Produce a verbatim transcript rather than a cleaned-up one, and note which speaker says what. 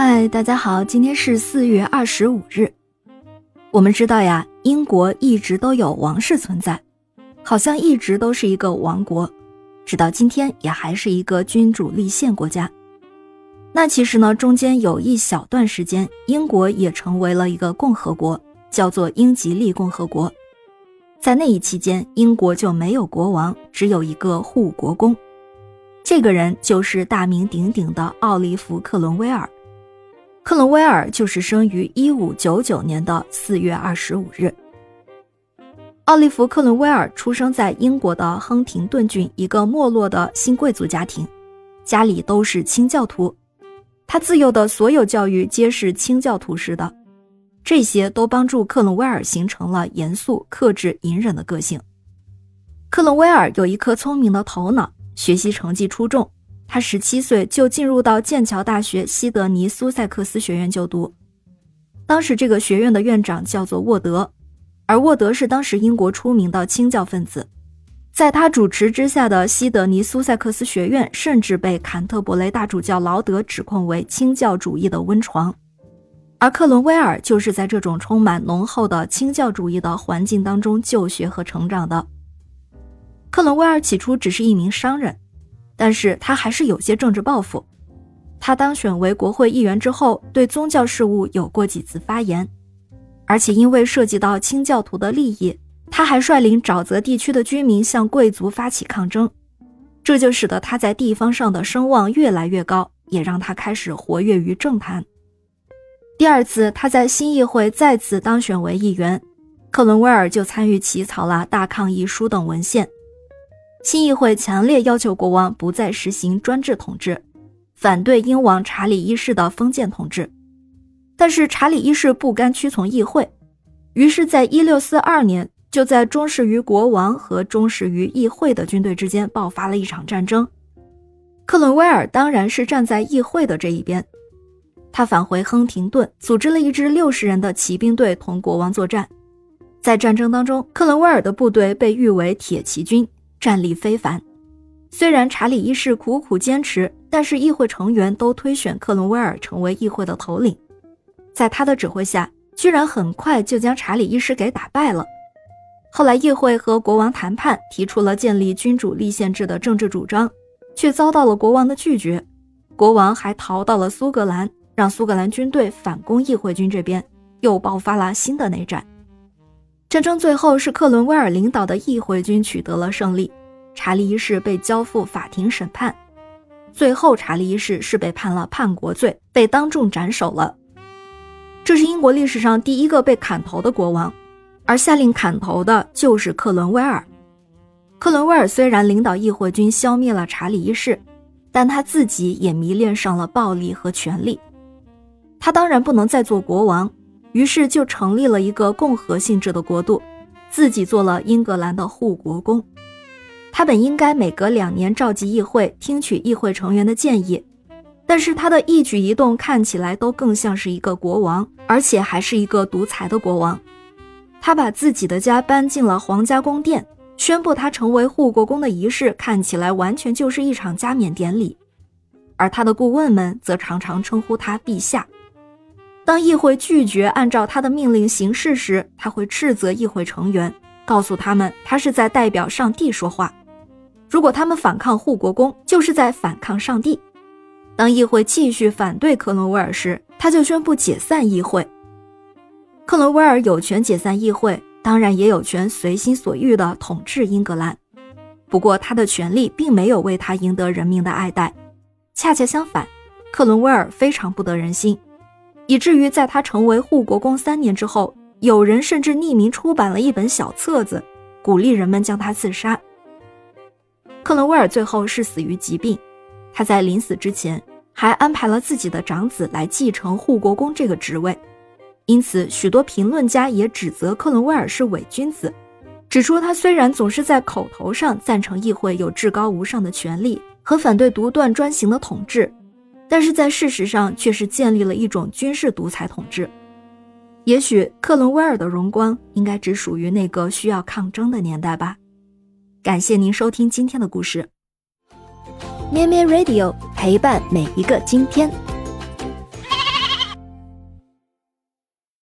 Speaker 1: 嗨，大家好，今天是四月二十五日。我们知道呀，英国一直都有王室存在，好像一直都是一个王国，直到今天也还是一个君主立宪国家。那其实呢，中间有一小段时间，英国也成为了一个共和国，叫做英吉利共和国。在那一期间，英国就没有国王，只有一个护国公。这个人就是大名鼎鼎的奥利弗·克伦威尔。克伦威尔就是生于一五九九年的四月二十五日。奥利弗·克伦威尔出生在英国的亨廷顿郡一个没落的新贵族家庭，家里都是清教徒。他自幼的所有教育皆是清教徒式的，这些都帮助克伦威尔形成了严肃、克制、隐忍的个性。克伦威尔有一颗聪明的头脑，学习成绩出众。他十七岁就进入到剑桥大学西德尼苏塞克斯学院就读，当时这个学院的院长叫做沃德，而沃德是当时英国出名的清教分子。在他主持之下的西德尼苏塞克斯学院甚至被坎特伯雷大主教劳德指控为清教主义的温床，而克伦威尔就是在这种充满浓厚的清教主义的环境当中就学和成长的。克伦威尔起初只是一名商人，但是他还是有些政治抱负。他当选为国会议员之后，对宗教事务有过几次发言，而且因为涉及到清教徒的利益，他还率领沼泽地区的居民向贵族发起抗争，这就使得他在地方上的声望越来越高，也让他开始活跃于政坛。第二次他在新议会再次当选为议员，克伦威尔就参与起草了大抗议书等文献。新议会强烈要求国王不再实行专制统治，反对英王查理一世的封建统治。但是查理一世不甘屈从议会，于是在一六四二年，就在忠实于国王和忠实于议会的军队之间爆发了一场战争。克伦威尔当然是站在议会的这一边，他返回亨廷顿，组织了一支六十人的骑兵队同国王作战。在战争当中，克伦威尔的部队被誉为铁骑军，战力非凡。虽然查理一世苦苦坚持，但是议会成员都推选克伦威尔成为议会的头领。在他的指挥下，居然很快就将查理一世给打败了。后来议会和国王谈判，提出了建立君主立宪制的政治主张，却遭到了国王的拒绝。国王还逃到了苏格兰，让苏格兰军队反攻议会军这边，又爆发了新的内战。战争最后是克伦威尔领导的议会军取得了胜利，查理一世被交付法庭审判。最后查理一世是被判了叛国罪，被当众斩首了。这是英国历史上第一个被砍头的国王，而下令砍头的就是克伦威尔。克伦威尔虽然领导议会军消灭了查理一世，但他自己也迷恋上了暴力和权力。他当然不能再做国王，于是就成立了一个共和性质的国度，自己做了英格兰的护国公。他本应该每隔两年召集议会，听取议会成员的建议，但是他的一举一动看起来都更像是一个国王，而且还是一个独裁的国王。他把自己的家搬进了皇家宫殿，宣布他成为护国公的仪式看起来完全就是一场加冕典礼，而他的顾问们则常常称呼他陛下。当议会拒绝按照他的命令行事时，他会斥责议会成员，告诉他们他是在代表上帝说话。如果他们反抗护国公，就是在反抗上帝。当议会继续反对克伦威尔时，他就宣布解散议会。克伦威尔有权解散议会，当然也有权随心所欲地统治英格兰。不过他的权力并没有为他赢得人民的爱戴，恰恰相反，克伦威尔非常不得人心，以至于在他成为护国公三年之后，有人甚至匿名出版了一本小册子，鼓励人们将他刺杀。克伦威尔最后是死于疾病，他在临死之前还安排了自己的长子来继承护国公这个职位。因此许多评论家也指责克伦威尔是伪君子，指出他虽然总是在口头上赞成议会有至高无上的权利和反对独断专行的统治，但是在事实上却是建立了一种军事独裁统治。也许克伦威尔的荣光应该只属于那个需要抗争的年代吧。感谢您收听今天的故事。咩咩 Radio 陪伴每一个今天。